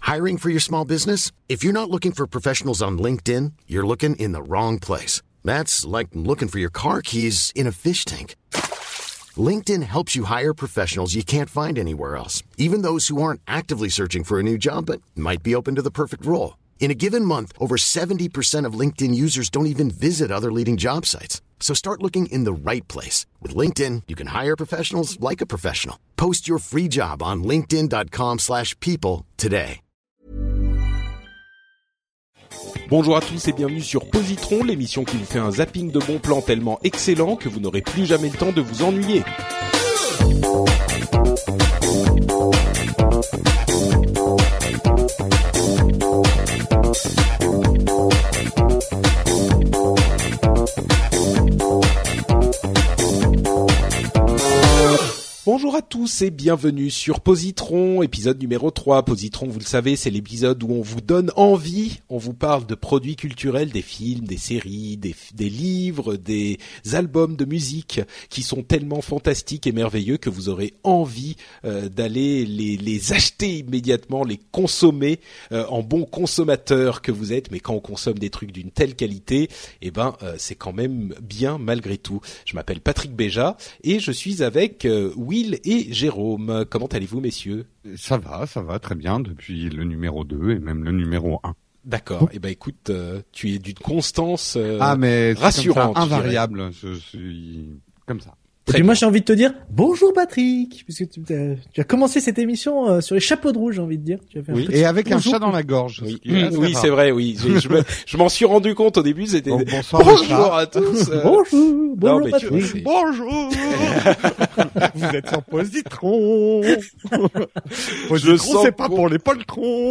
Hiring for your small business? If you're not looking for professionals on LinkedIn, you're looking in the wrong place. That's like looking for your car keys in a fish tank. LinkedIn helps you hire professionals you can't find anywhere else, even those who aren't actively searching for a new job but might be open to the perfect role. In a given month, over 70% of LinkedIn users don't even visit other leading job sites. So start looking in the right place. With LinkedIn, you can hire professionals like a professional. Post your free job on linkedin.com/people today. Bonjour à tous et bienvenue sur Positron, l'émission qui vous fait un zapping de bons plans tellement excellent que vous n'aurez plus jamais le temps de vous ennuyer. Bonjour à tous et bienvenue sur Positron, épisode numéro 3. Positron, vous le savez, c'est l'épisode où on vous donne envie, on vous parle de produits culturels, des films, des séries, des livres, des albums de musique qui sont tellement fantastiques et merveilleux que vous aurez envie d'aller les acheter immédiatement, les consommer en bon consommateur que vous êtes. Mais quand on consomme des trucs d'une telle qualité, c'est quand même bien malgré tout. Je m'appelle Patrick Béja et je suis avec Will et Jérôme. Comment allez-vous, messieurs ? Ça va très bien depuis le numéro 2 et même le numéro 1. D'accord. Eh ben écoute, tu es d'une constance mais rassurante, comme ça, invariable. Je suis comme ça. Et puis moi j'ai envie de te dire bonjour Patrick, puisque tu as commencé cette émission sur les chapeaux de rouge, j'ai envie de dire. Tu as fait oui. Et avec un chat dans la gorge. Oui, c'est vrai. Oui, je m'en suis rendu compte au début. C'était bonjour à tous. Bonjour Patrick. Bonjour. Vous êtes sur Positron. Positron, c'est pas pour les poltrons.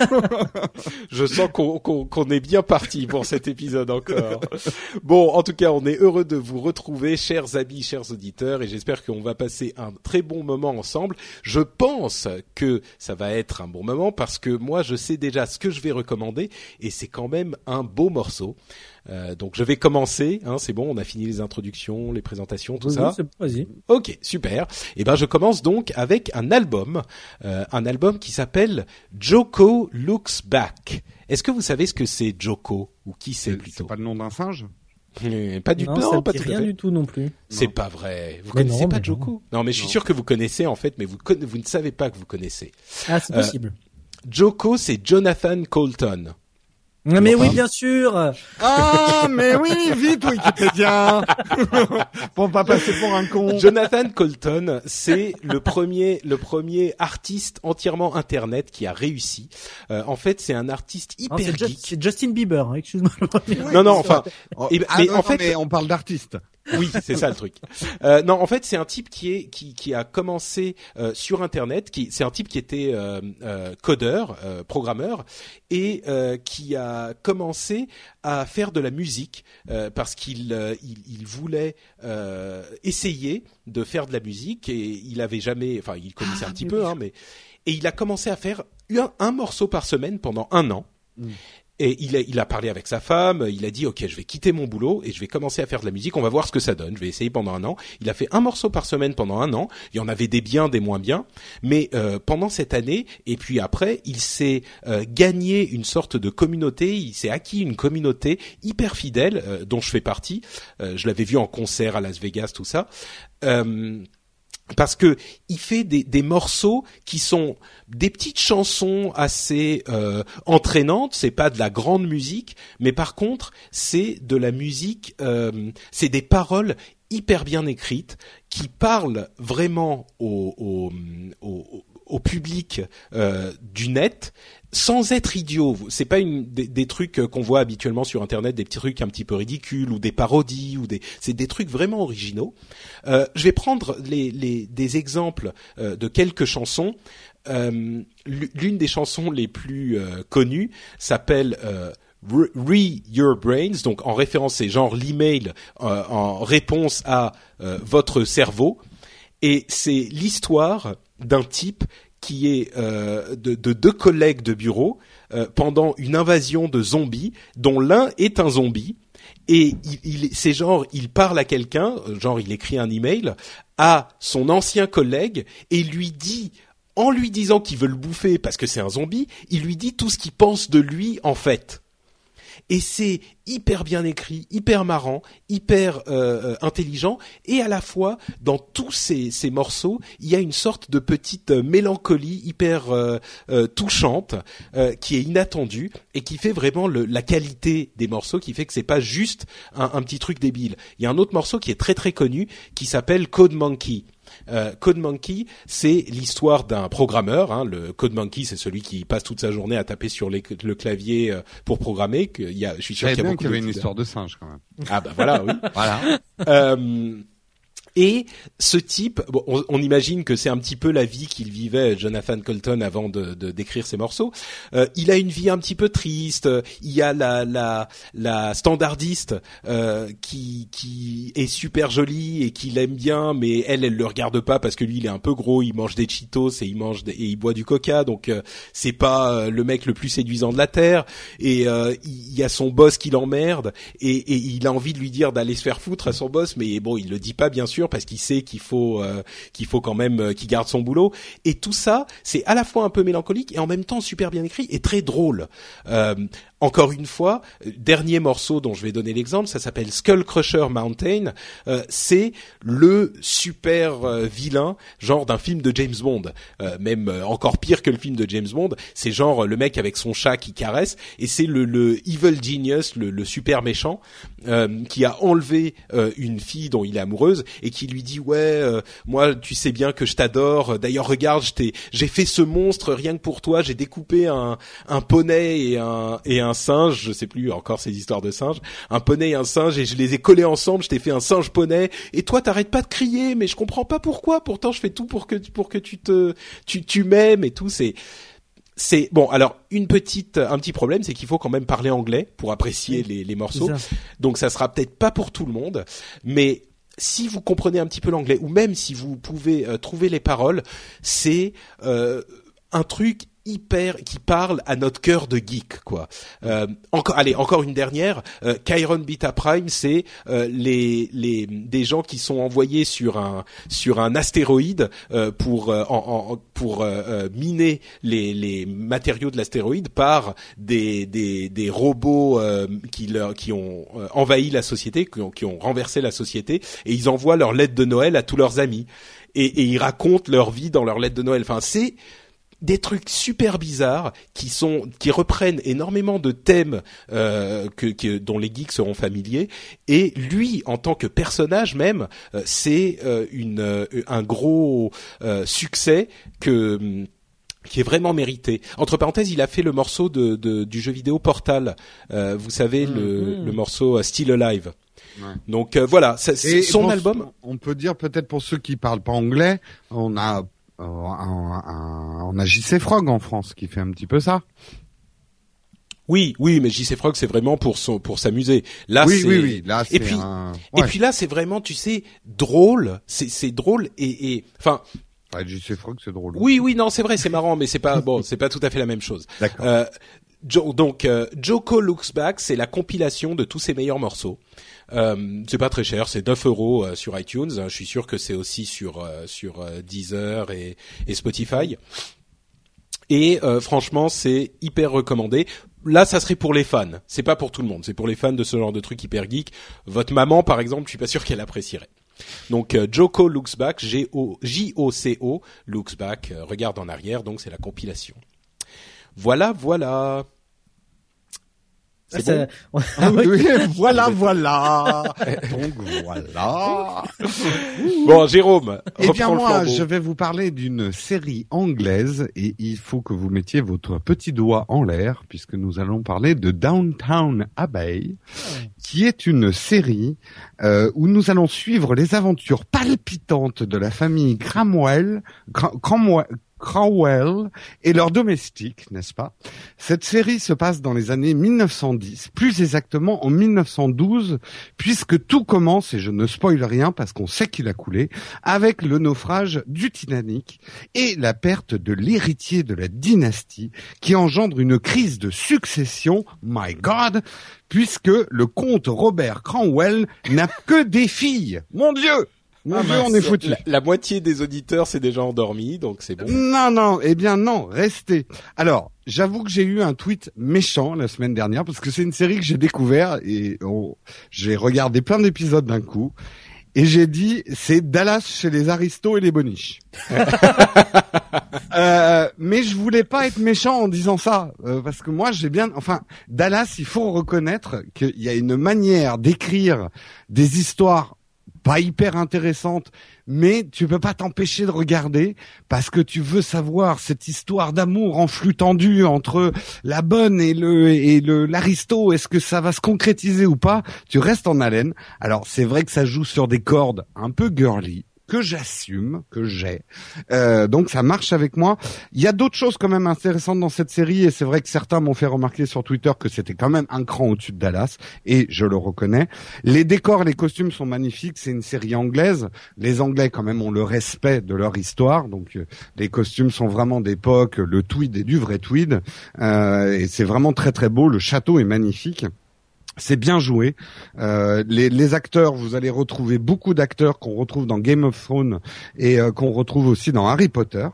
Je sens qu'on est bien parti pour cet épisode encore. Bon, en tout cas, on est heureux de vous retrouver, chers amis, chers auditeurs, et j'espère qu'on va passer un très bon moment ensemble. Je pense que ça va être un bon moment parce que moi, je sais déjà ce que je vais recommander et c'est quand même un beau morceau. Donc je vais commencer, c'est bon, on a fini les introductions, les présentations, tout ça. Vas-y. Ok, super. Et je commence donc avec un album qui s'appelle Joko Looks Back. Est-ce que vous savez ce que c'est Joko ou qui c'est plutôt ? C'est pas le nom d'un singe ? Pas du tout. Non, pas tout rien du tout non plus. C'est pas vrai. Vous connaissez pas Joko ? Non, mais je suis sûr que vous connaissez en fait, mais vous ne savez pas que vous connaissez. Ah, c'est possible. Joko, c'est Jonathan Coulton. Mais oui, bien sûr. Ah, mais oui, vite Wikipédia. Pour pas passer pour un con. Jonathan Coulton, c'est le premier artiste entièrement internet qui a réussi. En fait, c'est un artiste hyper geek. C'est Justin Bieber, excuse-moi. Mais on parle d'artiste. Oui, c'est ça le truc. Non, en fait, c'est un type qui a commencé sur Internet. C'est un type qui était codeur, programmeur, et qui a commencé à faire de la musique parce qu'il voulait essayer de faire de la musique et il avait jamais, enfin, il connaissait un petit peu, et il a commencé à faire un morceau par semaine pendant 1 an. Et il a parlé avec sa femme, il a dit ok, je vais quitter mon boulot et je vais commencer à faire de la musique, on va voir ce que ça donne, je vais essayer pendant 1 an. Il a fait un morceau par semaine pendant 1 an, il y en avait des biens, des moins bien, mais pendant cette année, et puis après, il s'est gagné une sorte de communauté, il s'est acquis une communauté hyper fidèle, dont je fais partie, je l'avais vu en concert à Las Vegas, tout ça, parce que il fait des morceaux qui sont des petites chansons assez entraînantes, c'est pas de la grande musique, mais par contre c'est de la musique, c'est des paroles hyper bien écrites qui parlent vraiment au public du net sans être idiot. C'est pas des trucs qu'on voit habituellement sur Internet, des petits trucs un petit peu ridicules ou des parodies c'est des trucs vraiment originaux. Je vais prendre des exemples de quelques chansons. L'une des chansons les plus connues s'appelle Your Brains, donc en référence, c'est genre l'email en réponse à votre cerveau, et c'est l'histoire d'un type qui est de 2 collègues de bureau pendant une invasion de zombies, dont l'un est un zombie. Et c'est genre, il parle à quelqu'un, genre il écrit un email à son ancien collègue et lui dit en lui disant qu'il veut le bouffer parce que c'est un zombie, il lui dit tout ce qu'il pense de lui en fait. Et c'est hyper bien écrit, hyper marrant, hyper intelligent, et à la fois dans tous ces morceaux, il y a une sorte de petite mélancolie hyper touchante qui est inattendue et qui fait vraiment la qualité des morceaux, qui fait que c'est pas juste un petit truc débile. Il y a un autre morceau qui est très très connu qui s'appelle Code Monkey. Code Monkey, c'est l'histoire d'un programmeur. Hein. Le Code Monkey, c'est celui qui passe toute sa journée à taper sur le clavier pour programmer. Je suis sûr qu'il y a beaucoup. Qu'il y avait une histoire de singe quand même. Ah bah voilà, oui. Voilà. Et ce type, bon, on imagine que c'est un petit peu la vie qu'il vivait, Jonathan Coulton, avant de d'écrire ses morceaux. Il a une vie un petit peu triste. Il y a la standardiste qui est super jolie et qu'il aime bien, mais elle le regarde pas parce que lui il est un peu gros, il mange des Cheetos et il boit du Coca, donc c'est pas le mec le plus séduisant de la terre. Et il y a son boss qui l'emmerde et il a envie de lui dire d'aller se faire foutre à son boss, mais bon, il le dit pas bien sûr parce qu'il sait qu'il faut quand même qu'il garde son boulot. Et tout ça, c'est à la fois un peu mélancolique et en même temps super bien écrit et très drôle. Encore une fois, dernier morceau dont je vais donner l'exemple, ça s'appelle Skull Crusher Mountain. C'est le super vilain, genre d'un film de James Bond, même encore pire que le film de James Bond. C'est genre le mec avec son chat qui caresse, et c'est le evil genius, le super méchant, qui a enlevé une fille dont il est amoureuse et qui lui dit moi tu sais bien que je t'adore. D'ailleurs regarde, j'ai fait ce monstre rien que pour toi. J'ai découpé un poney et un singe, je sais plus encore ces histoires de singes, un poney et un singe, et je les ai collés ensemble, je t'ai fait un singe poney, et toi t'arrêtes pas de crier, mais je comprends pas pourquoi, pourtant je fais tout pour que tu m'aimes et tout. C'est bon. Alors un petit problème, c'est qu'il faut quand même parler anglais pour apprécier les morceaux, donc ça sera peut-être pas pour tout le monde, mais si vous comprenez un petit peu l'anglais, ou même si vous pouvez trouver les paroles, c'est un truc qui parle à notre cœur de geek, quoi. Encore une dernière. Chiron Beta Prime, c'est des gens qui sont envoyés sur un astéroïde pour miner les matériaux de l'astéroïde par des robots qui ont envahi la société, qui ont renversé la société, et ils envoient leurs lettres de Noël à tous leurs amis et ils racontent leur vie dans leurs lettres de Noël. Enfin, c'est des trucs super bizarres qui reprennent énormément de thèmes dont les geeks seront familiers, et lui en tant que personnage même, c'est un gros succès qui est vraiment mérité. Entre parenthèses, il a fait le morceau du jeu vidéo Portal, vous savez, le morceau Still Alive. Ouais. Donc voilà, c'est son album. On peut dire peut-être pour ceux qui parlent pas anglais, on a JC Frog en France qui fait un petit peu ça. Oui, mais JC Frog c'est vraiment pour s'amuser. Là, oui. Là, c'est et puis là, c'est vraiment, tu sais, drôle. C'est drôle et enfin. Ouais, JC Frog, c'est drôle. Oui, non, c'est vrai, c'est marrant, mais c'est pas tout à fait la même chose. D'accord. Donc Joko Looks Back, c'est la compilation de tous ses meilleurs morceaux. C'est pas très cher, c'est 9 € sur iTunes. Je suis sûr que c'est aussi sur Deezer et Spotify. Et franchement, c'est hyper recommandé. Là, ça serait pour les fans. C'est pas pour tout le monde. C'est pour les fans de ce genre de truc hyper geek. Votre maman, par exemple, je suis pas sûr qu'elle apprécierait. Donc Joko Looks Back, J-O-C-O Looks Back, regarde en arrière. Donc c'est la compilation. Voilà. C'est bon. Oui, voilà. Donc voilà. Bon, Jérôme. Eh bien moi, je vais vous parler d'une série anglaise et il faut que vous mettiez votre petit doigt en l'air puisque nous allons parler de Downton Abbey, qui est une série où nous allons suivre les aventures palpitantes de la famille Cromwell et leurs domestiques, n'est-ce pas? Cette série se passe dans les années 1910, plus exactement en 1912, puisque tout commence, et je ne spoil rien parce qu'on sait qu'il a coulé, avec le naufrage du Titanic et la perte de l'héritier de la dynastie qui engendre une crise de succession, my God, puisque le comte Robert Cromwell n'a que des filles. Mon Dieu! Mon Dieu, on est foutu. La moitié des auditeurs, c'est déjà endormi, donc c'est bon. Non, eh bien non, restez. Alors, j'avoue que j'ai eu un tweet méchant la semaine dernière parce que c'est une série que j'ai découvert et j'ai regardé plein d'épisodes d'un coup et j'ai dit c'est Dallas chez les aristos et les boniches. Mais je voulais pas être méchant en disant ça parce que moi Dallas, il faut reconnaître qu'il y a une manière d'écrire des histoires pas hyper intéressante, mais tu peux pas t'empêcher de regarder parce que tu veux savoir cette histoire d'amour en flux tendu entre la bonne et l'aristo. Est-ce que ça va se concrétiser ou pas? Tu restes en haleine. Alors c'est vrai que ça joue sur des cordes un peu girly, que j'assume, que j'ai. Donc ça marche avec moi. Il y a d'autres choses quand même intéressantes dans cette série et c'est vrai que certains m'ont fait remarquer sur Twitter que c'était quand même un cran au-dessus de Dallas et je le reconnais. Les décors, les costumes sont magnifiques. C'est une série anglaise. Les Anglais quand même ont le respect de leur histoire. Donc les costumes sont vraiment d'époque. Le tweed est du vrai tweed et c'est vraiment très très beau. Le château est magnifique. C'est bien joué. Les acteurs, vous allez retrouver beaucoup d'acteurs qu'on retrouve dans Game of Thrones et qu'on retrouve aussi dans Harry Potter.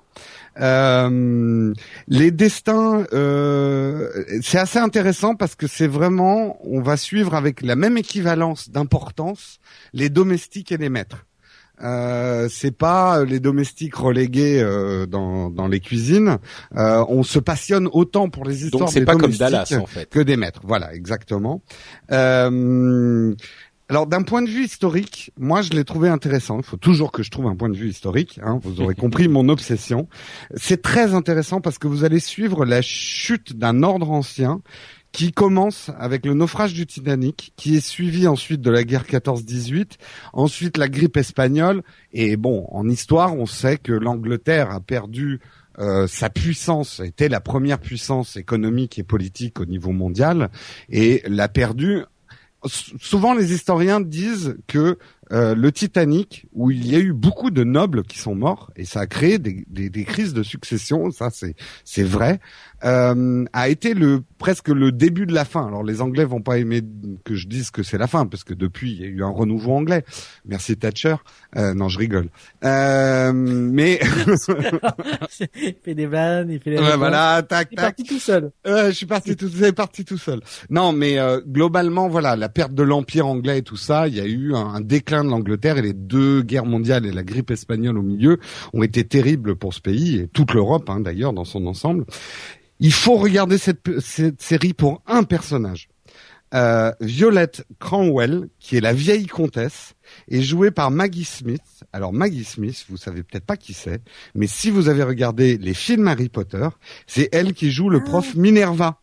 Les destins, c'est assez intéressant parce que c'est vraiment, on va suivre avec la même équivalence d'importance les domestiques et les maîtres. C'est pas les domestiques relégués dans les cuisines. On se passionne autant pour les histoires donc c'est des pas domestiques comme Dallas en fait que des maîtres. Voilà, exactement. Alors d'un point de vue historique, moi je l'ai trouvé intéressant. Il faut toujours que je trouve un point de vue historique. Hein, vous aurez compris mon obsession. C'est très intéressant parce que vous allez suivre la chute d'un ordre ancien qui commence avec le naufrage du Titanic, qui est suivi ensuite de la guerre 14-18, ensuite la grippe espagnole, et bon, en histoire, on sait que l'Angleterre a perdu sa puissance, était la première puissance économique et politique au niveau mondial, et l'a perdue. Souvent, les historiens disent que le Titanic, où il y a eu beaucoup de nobles qui sont morts, et ça a créé des crises de succession, ça c'est vrai, a été presque le début de la fin. Alors les Anglais vont pas aimer que je dise que c'est la fin, parce que depuis il y a eu un renouveau anglais. Merci Thatcher. Non, je rigole. Mais il fait des vannes, il fait des voilà, tac. Il est parti tout seul. Je suis parti tout seul. Non, mais globalement, voilà, la perte de l'empire anglais et tout ça, il y a eu un déclin de l'Angleterre et les deux guerres mondiales et la grippe espagnole au milieu ont été terribles pour ce pays et toute l'Europe, hein, d'ailleurs, dans son ensemble. Il faut regarder cette série pour un personnage. Violette Cromwell, qui est la vieille comtesse, est jouée par Maggie Smith. Alors Maggie Smith, vous savez peut-être pas qui c'est, mais si vous avez regardé les films Harry Potter, c'est elle qui joue le prof Minerva.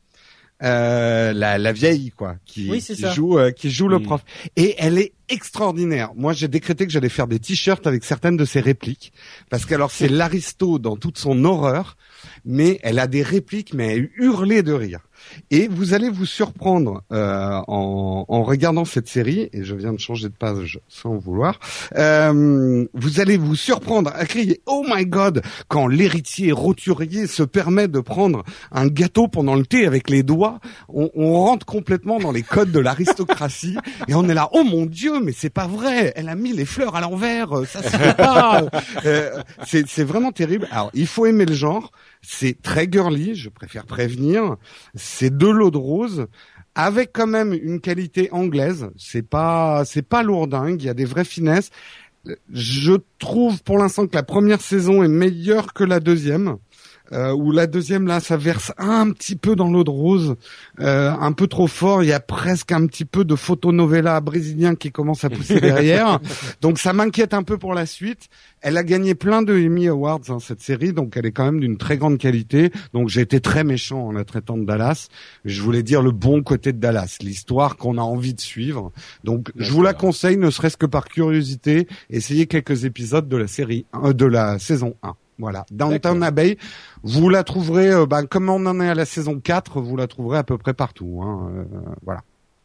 La vieille quoi qui joue le prof, et elle est extraordinaire. Moi j'ai décrété que j'allais faire des t-shirts avec certaines de ses répliques parce qu'alors c'est l'aristo dans toute son horreur, mais elle a des répliques mais elle hurlait de rire. Et vous allez vous surprendre en regardant cette série, et je viens de changer de page sans vouloir, vous allez vous surprendre à crier « Oh my God !» quand l'héritier roturier se permet de prendre un gâteau pendant le thé avec les doigts. On rentre complètement dans les codes de l'aristocratie et on est là « Oh mon Dieu, mais c'est pas vrai, elle a mis les fleurs à l'envers, ça se fait pas !» C'est vraiment terrible. Alors, il faut aimer le genre. C'est très girly, je préfère prévenir. C'est de l'eau de rose, avec quand même une qualité anglaise. C'est pas lourdingue, il y a des vraies finesses. Je trouve pour l'instant que la première saison est meilleure que la deuxième. Où la deuxième là ça verse un petit peu dans l'eau de rose, un peu trop fort. Il y a presque un petit peu de photonovela brésilien qui commence à pousser derrière, donc ça m'inquiète un peu pour la suite. Elle a gagné plein de Emmy Awards cette série, donc elle est quand même d'une très grande qualité. Donc j'ai été très méchant en la traitant de Dallas. Je voulais dire le bon côté de Dallas, l'histoire qu'on a envie de suivre. Donc je vous la conseille, ne serait-ce que par curiosité. Essayez quelques épisodes de la série de la saison 1. Voilà, Downton Abbey, vous la trouverez, comme on en est à la saison 4, vous la trouverez à peu près partout. Hein, voilà.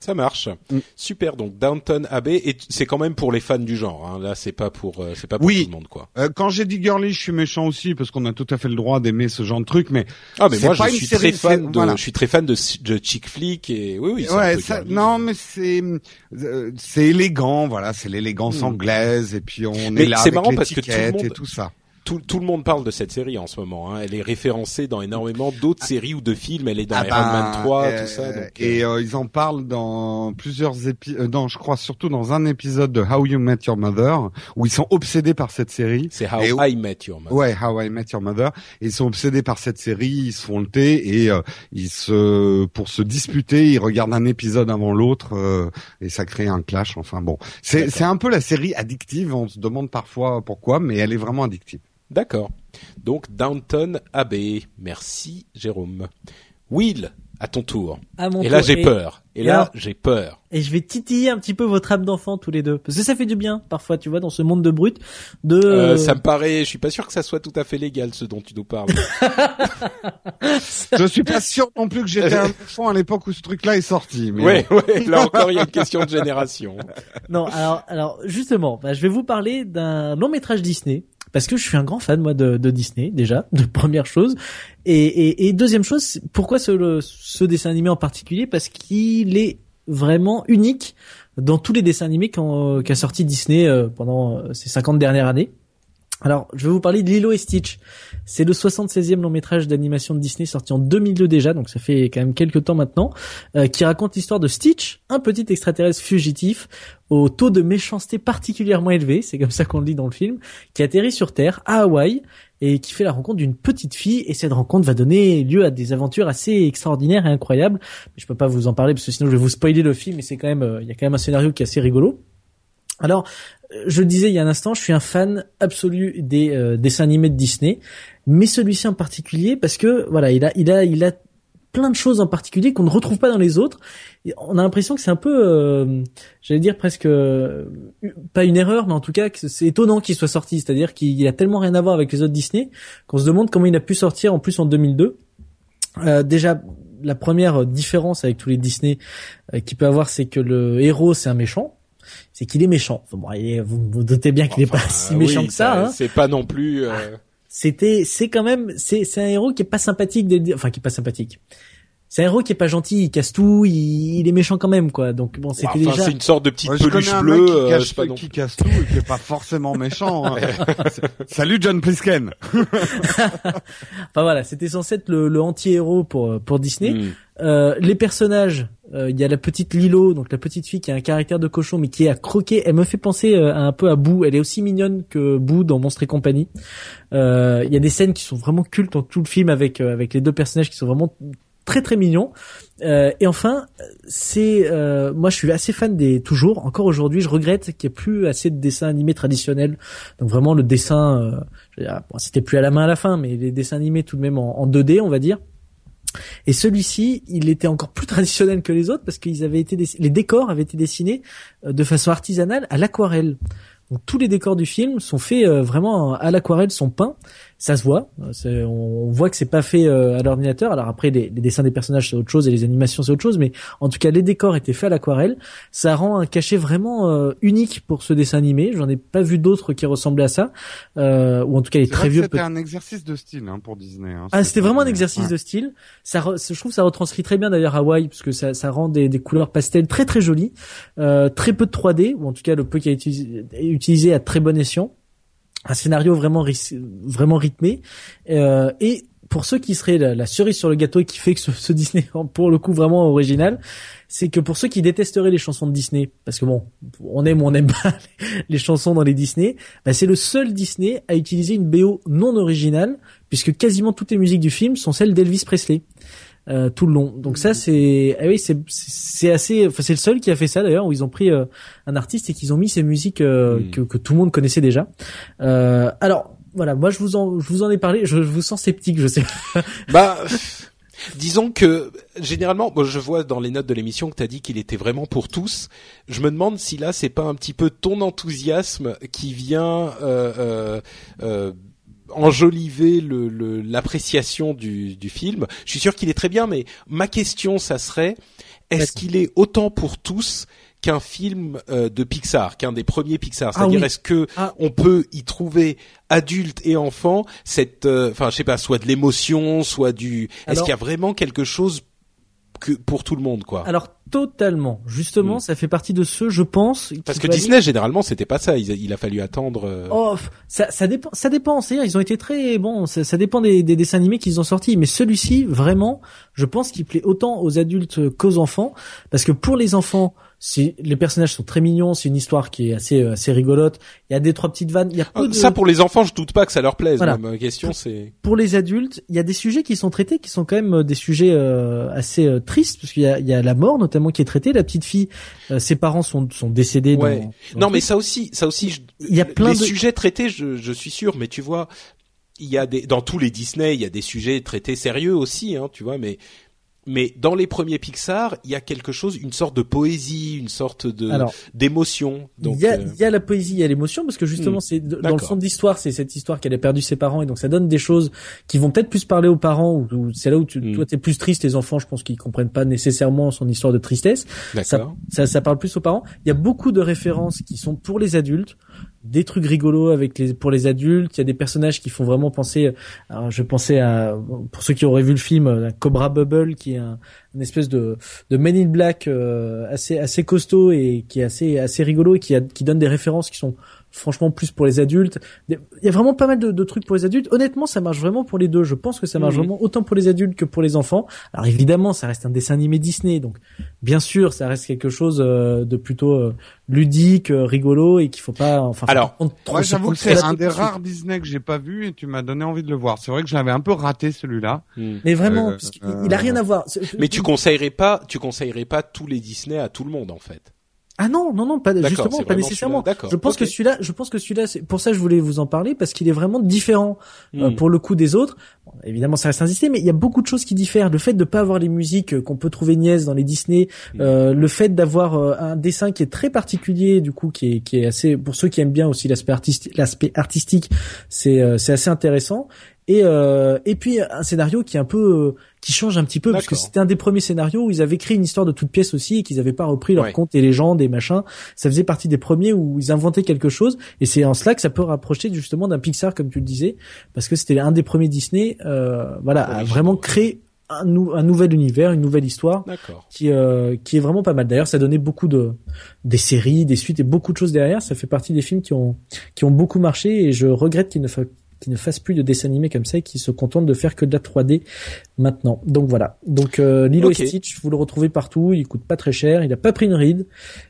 Ça marche. Super. Donc Downton Abbey, et c'est quand même pour les fans du genre. Hein. Là, c'est pas pour tout le monde, quoi. Quand j'ai dit girly, je suis méchant aussi parce qu'on a tout à fait le droit d'aimer ce genre de truc. Mais moi, je suis série, très fan je suis très fan de chick flick et oui. Ouais, non, mais c'est élégant. Voilà, c'est l'élégance anglaise et puis on est là c'est avec marrant parce que l'étiquette et tout ça. Tout le monde parle de cette série en ce moment. Hein. Elle est référencée dans énormément d'autres séries ou de films. Elle est dans Iron Man 3, tout ça. Donc, ils en parlent dans plusieurs épisodes. Je crois surtout dans un épisode de How You Met Your Mother, où ils sont obsédés par cette série. C'est How I Met Your Mother. Ouais, How I Met Your Mother. Et ils sont obsédés par cette série. Ils se font le thé et pour se disputer, ils regardent un épisode avant l'autre et ça crée un clash. Enfin bon, c'est un peu la série addictive. On se demande parfois pourquoi, mais elle est vraiment addictive. D'accord. Donc Downton Abbey. Merci Jérôme. Will, à ton tour. À mon tour. Là j'ai peur. Et là j'ai peur. Et je vais titiller un petit peu votre âme d'enfant tous les deux, parce que ça fait du bien parfois, tu vois, dans ce monde de brut. Ça me paraît. Je suis pas sûr que ça soit tout à fait légal ce dont tu nous parles. Je suis pas sûr non plus que j'étais un enfant à l'époque où ce truc-là est sorti. Mais ouais. Là encore, il y a une question de génération. Non, alors justement, je vais vous parler d'un long métrage Disney. Parce que je suis un grand fan, moi, de Disney, déjà, de première chose. Et deuxième chose, pourquoi ce dessin animé en particulier? Parce qu'il est vraiment unique dans tous les dessins animés qu'a sorti Disney pendant ces 50 dernières années. Alors, je vais vous parler de Lilo et Stitch. C'est le 76e long métrage d'animation de Disney sorti en 2002 déjà, donc ça fait quand même quelques temps maintenant, qui raconte l'histoire de Stitch, un petit extraterrestre fugitif au taux de méchanceté particulièrement élevé, c'est comme ça qu'on le dit dans le film, qui atterrit sur Terre, à Hawaï, et qui fait la rencontre d'une petite fille, et cette rencontre va donner lieu à des aventures assez extraordinaires et incroyables. Mais je peux pas vous en parler parce que sinon je vais vous spoiler le film, et c'est quand même, il y a quand même un scénario qui est assez rigolo. Alors, je le disais il y a un instant, je suis un fan absolu des dessins animés de Disney, mais celui-ci en particulier parce que voilà, il a plein de choses en particulier qu'on ne retrouve pas dans les autres. Et on a l'impression que c'est un peu, j'allais dire presque pas une erreur, mais en tout cas que c'est étonnant qu'il soit sorti. C'est-à-dire qu'il a tellement rien à voir avec les autres Disney qu'on se demande comment il a pu sortir en plus en 2002. Déjà, la première différence avec tous les Disney qu'il peut avoir, c'est que le héros c'est un méchant. C'est qu'il est méchant. Enfin, bon, vous vous doutez bien qu'il est pas si méchant que ça. Hein. C'est pas non plus. C'est quand même, c'est un héros qui est pas sympathique. Qui est pas sympathique. C'est un héros qui est pas gentil, il casse tout, il est méchant quand même, quoi. Donc bon, c'était déjà. C'est une sorte de petite peluche bleue. Qui casse tout et qui est pas forcément méchant. Hein. Salut John Plisken. Enfin voilà, c'était censé être le anti-héros pour Disney. Les personnages, il y a la petite Lilo, donc la petite fille qui a un caractère de cochon mais qui est à croquer. Elle me fait penser un peu à Boo. Elle est aussi mignonne que Boo dans Monstres et compagnie. Il y a des scènes qui sont vraiment cultes dans tout le film avec les deux personnages qui sont vraiment très très mignons. Et enfin, moi je suis assez fan toujours, encore aujourd'hui, je regrette qu'il n'y ait plus assez de dessins animés traditionnels. Donc vraiment le dessin, c'était plus à la main à la fin, mais les dessins animés tout de même en 2D, on va dire. Et celui-ci, il était encore plus traditionnel que les autres parce qu'ils avaient été les décors avaient été dessinés de façon artisanale à l'aquarelle. Donc tous les décors du film sont faits vraiment à l'aquarelle, sont peints. Ça se voit. On voit que c'est pas fait à l'ordinateur. Alors après, les dessins des personnages c'est autre chose et les animations c'est autre chose, mais en tout cas les décors étaient faits à l'aquarelle. Ça rend un cachet vraiment unique pour ce dessin animé. J'en ai pas vu d'autres qui ressemblaient à ça, ou en tout cas il est très vieux. C'était un exercice de style pour Disney. C'était vraiment un exercice de style. Je trouve que ça retranscrit très bien d'ailleurs Hawaï, parce que ça rend des couleurs pastel très très jolies. Très peu de 3D, ou en tout cas le peu qui a été utilisé à très bon escient. Un scénario vraiment rythmé, et pour ceux qui seraient la cerise sur le gâteau et qui fait que ce Disney pour le coup vraiment original, c'est que pour ceux qui détesteraient les chansons de Disney, parce que bon, on aime ou on n'aime pas les chansons dans les Disney, c'est le seul Disney à utiliser une BO non originale, puisque quasiment toutes les musiques du film sont celles d'Elvis Presley. Tout le long. Donc ça c'est assez, enfin c'est le seul qui a fait ça d'ailleurs, où ils ont pris un artiste et qu'ils ont mis ces musiques que tout le monde connaissait déjà. Alors voilà, moi je vous en ai parlé, je vous sens sceptique, je sais. Disons que généralement, je vois dans les notes de l'émission que t'as dit qu'il était vraiment pour tous. Je me demande si là c'est pas un petit peu ton enthousiasme qui vient enjoliver l'appréciation du film. Je suis sûr qu'il est très bien, mais ma question, ça serait, est-ce qu'il est autant pour tous qu'un film de Pixar, qu'un des premiers Pixar? C'est-à-dire, est-ce que on peut y trouver adultes et enfants cette, je sais pas, soit de l'émotion, soit est-ce qu'il y a vraiment quelque chose que pour tout le monde, quoi? Alors totalement. Justement, ça fait partie de ceux, je pense. Parce que Disney, généralement, c'était pas ça. Il a fallu attendre. Oh, ça dépend. Ça dépend. C'est-à-dire, ils ont été très bon. Ça dépend des dessins animés qu'ils ont sortis. Mais celui-ci, vraiment, je pense qu'il plaît autant aux adultes qu'aux enfants, parce que pour les enfants, les personnages sont très mignons. C'est une histoire qui est assez rigolote. Il y a 2-3 petites vannes. Il y a ça pour les enfants, je doute pas que ça leur plaise. Voilà. Ma question, c'est pour les adultes, il y a des sujets qui sont traités, qui sont quand même des sujets assez tristes, parce qu'il y a la mort notamment qui est traitée. La petite fille, ses parents sont décédés. Ouais. Non, mais ça aussi, il y a plein de sujets traités. Je suis sûr, mais tu vois, il y a dans tous les Disney, il y a des sujets traités sérieux aussi, hein, tu vois, mais dans les premiers Pixar, il y a quelque chose, une sorte de poésie, une sorte d'émotion. Donc il y a la poésie, il y a l'émotion, parce que justement dans le fond de l'histoire, c'est cette histoire qu'elle a perdu ses parents, et donc ça donne des choses qui vont peut-être plus parler aux parents, ou c'est là où toi t'es plus triste. Les enfants, je pense qu'ils comprennent pas nécessairement son histoire de tristesse. D'accord. Ça parle plus aux parents. Il y a beaucoup de références qui sont pour les adultes, des trucs rigolos pour les adultes. Il y a des personnages qui font vraiment penser. Alors je pensais à, pour ceux qui auraient vu le film, Cobra Bubble, qui est une espèce de Men in Black assez costaud et qui est assez rigolo, et qui donne des références qui sont franchement plus pour les adultes. Il y a vraiment pas mal de trucs pour les adultes. Honnêtement, ça marche vraiment pour les deux. Je pense que ça marche vraiment autant pour les adultes que pour les enfants. Alors évidemment, ça reste un dessin animé Disney, donc bien sûr, ça reste quelque chose de plutôt ludique, rigolo, et qu'il faut pas. Alors, moi j'avoue que c'est un des rares Disney que j'ai pas vu, et tu m'as donné envie de le voir. C'est vrai que je l'avais un peu raté celui-là. Mais vraiment, parce qu'il a rien à voir. Mais tu conseillerais pas tous les Disney à tout le monde, en fait. Ah non, pas justement, pas nécessairement. Je pense que celui-là, c'est pour ça que je voulais vous en parler, parce qu'il est vraiment différent pour le coup des autres. Bon, évidemment, ça reste un Disney, mais il y a beaucoup de choses qui diffèrent. Le fait de pas avoir les musiques qu'on peut trouver niaises dans les Disney, le fait d'avoir un dessin qui est très particulier, du coup, qui est assez, pour ceux qui aiment bien aussi l'aspect artistique, c'est assez intéressant. Et puis un scénario qui est un peu qui change un petit peu, parce que c'était un des premiers scénarios où ils avaient créé une histoire de toute pièce aussi, et qu'ils avaient pas repris leurs contes et légendes et machin. Ça faisait partie des premiers où ils inventaient quelque chose, et c'est en cela que ça peut rapprocher justement d'un Pixar, comme tu le disais, parce que c'était un des premiers Disney à vraiment créer un nouvel univers, une nouvelle histoire qui est vraiment pas mal. D'ailleurs, ça donnait beaucoup des séries, des suites et beaucoup de choses derrière. Ça fait partie des films qui ont beaucoup marché, et je regrette qu'ils ne fassent plus de dessins animés comme ça, et qui se contentent de faire que de la 3D maintenant. Donc voilà. Donc Lilo et Stitch, vous le retrouvez partout, il coûte pas très cher, il a pas pris une ride.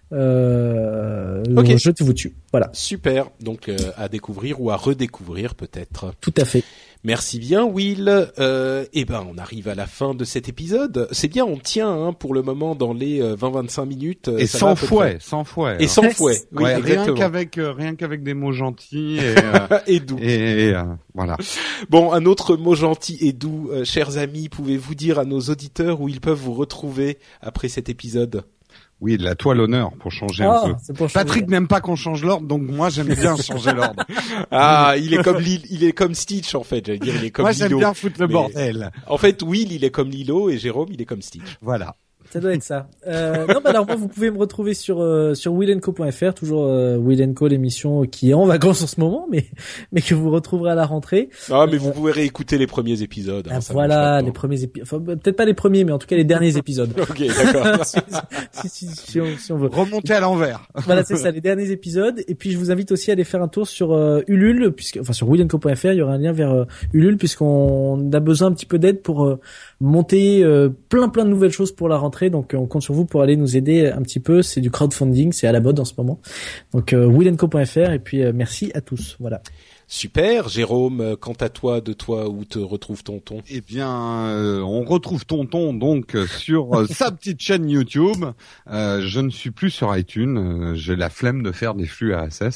Jetez-vous dessus. Voilà. Super. Donc à découvrir ou à redécouvrir peut-être. Tout à fait. Merci bien, Will. On arrive à la fin de cet épisode. C'est bien, on tient pour le moment dans les 20-25 minutes. Et sans fouet. Et sans fouet. Oui, ouais, rien qu'avec des mots gentils et et doux. Voilà. Bon, un autre mot gentil et doux, chers amis, pouvez-vous dire à nos auditeurs où ils peuvent vous retrouver après cet épisode? Oui, à toi l'honneur pour changer un peu. Patrick n'aime pas qu'on change l'ordre, donc moi j'aime bien changer l'ordre. Ah, il est comme Stitch en fait, j'allais dire, il est comme moi, Lilo. Moi j'aime bien foutre le bordel. En fait, Will il est comme Lilo et Jérôme il est comme Stitch. Voilà. Ça doit être ça. Alors moi, vous pouvez me retrouver sur willenco.fr, toujours Will & Co, l'émission qui est en vacances en ce moment, mais que vous retrouverez à la rentrée. Ah, mais vous pouvez réécouter les premiers épisodes. Voilà, les premiers épisodes. Enfin, peut-être pas les premiers, mais en tout cas les derniers épisodes. Ok, d'accord. si on veut. Remonter à l'envers. Voilà, c'est ça, les derniers épisodes. Et puis je vous invite aussi à aller faire un tour sur Ulule, sur willenco.fr, il y aura un lien vers Ulule, puisqu'on a besoin un petit peu d'aide pour monter plein de nouvelles choses pour la rentrée. Donc on compte sur vous pour aller nous aider un petit peu. C'est du crowdfunding, c'est à la mode en ce moment. Donc willenco.fr, et puis merci à tous. Voilà. Super, Jérôme, quant à toi, où te retrouve Tonton? Eh bien, on retrouve Tonton donc sur sa petite chaîne YouTube. Je ne suis plus sur iTunes, j'ai la flemme de faire des flux RSS.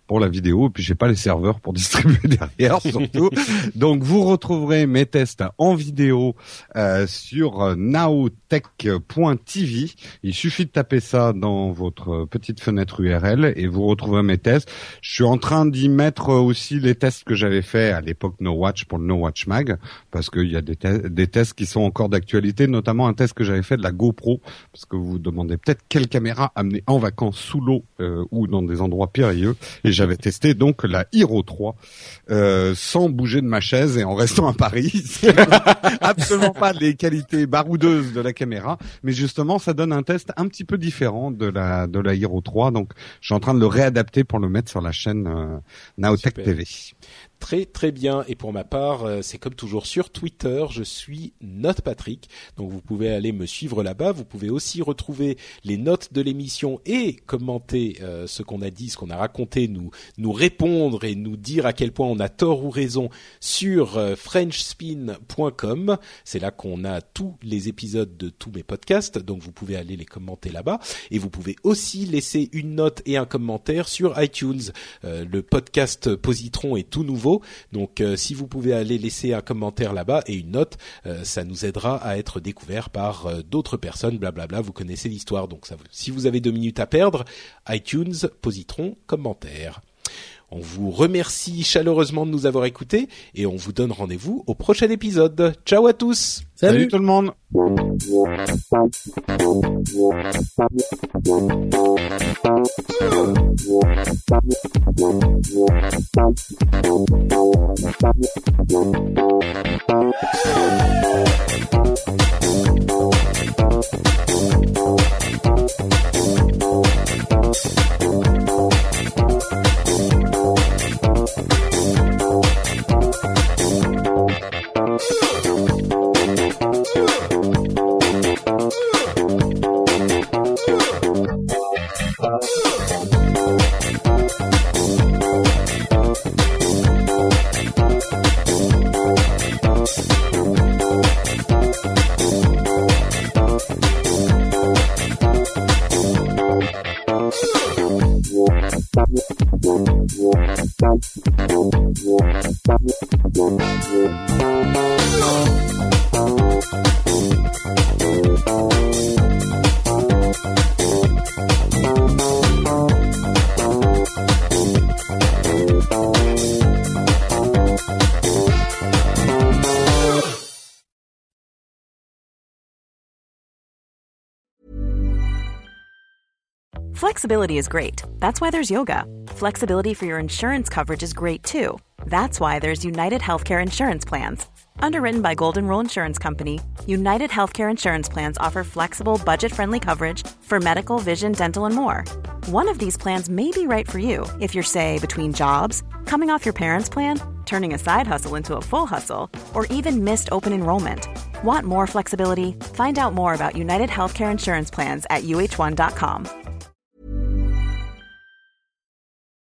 pour la vidéo, et puis j'ai pas les serveurs pour distribuer derrière surtout. Donc vous retrouverez mes tests en vidéo sur nowtech.tv. Il suffit de taper ça dans votre petite fenêtre URL et vous retrouverez mes tests. Je suis en train d'y mettre aussi les tests que j'avais fait à l'époque No Watch pour le No Watch Mag, parce qu'il y a des tests qui sont encore d'actualité, notamment un test que j'avais fait de la GoPro, parce que vous vous demandez peut-être quelle caméra amener en vacances sous l'eau ou dans des endroits périlleux, et j'avais testé donc la Hero 3 sans bouger de ma chaise et en restant à Paris. Absolument pas les qualités baroudeuses de la caméra, mais justement ça donne un test un petit peu différent de la Hero 3, donc je suis en train de le réadapter pour le mettre sur la chaîne Nowtech TV. Très très bien, et pour ma part c'est comme toujours sur Twitter, je suis NotePatrick, donc vous pouvez aller me suivre là-bas. Vous pouvez aussi retrouver les notes de l'émission et commenter ce qu'on a dit, ce qu'on a raconté, nous répondre et nous dire à quel point on a tort ou raison sur frenchspin.com. C'est là qu'on a tous les épisodes de tous mes podcasts, donc vous pouvez aller les commenter là-bas, et vous pouvez aussi laisser une note et un commentaire sur iTunes. Le podcast Positron est tout nouveau, donc si vous pouvez aller laisser un commentaire là-bas et une note, ça nous aidera à être découvert par d'autres personnes, blablabla, vous connaissez l'histoire. Donc si vous avez 2 minutes à perdre, iTunes, Positron, commentaire. On vous remercie chaleureusement de nous avoir écoutés et on vous donne rendez-vous au prochain épisode. Ciao à tous. Salut tout le monde. Flexibility is great. That's why there's yoga. Flexibility for your insurance coverage is great too. That's why there's United Healthcare Insurance Plans. Underwritten by Golden Rule Insurance Company, United Healthcare Insurance Plans offer flexible, budget-friendly coverage for medical, vision, dental, and more. One of these plans may be right for you if you're, say, between jobs, coming off your parents' plan, turning a side hustle into a full hustle, or even missed open enrollment. Want more flexibility? Find out more about United Healthcare Insurance Plans at uh1.com.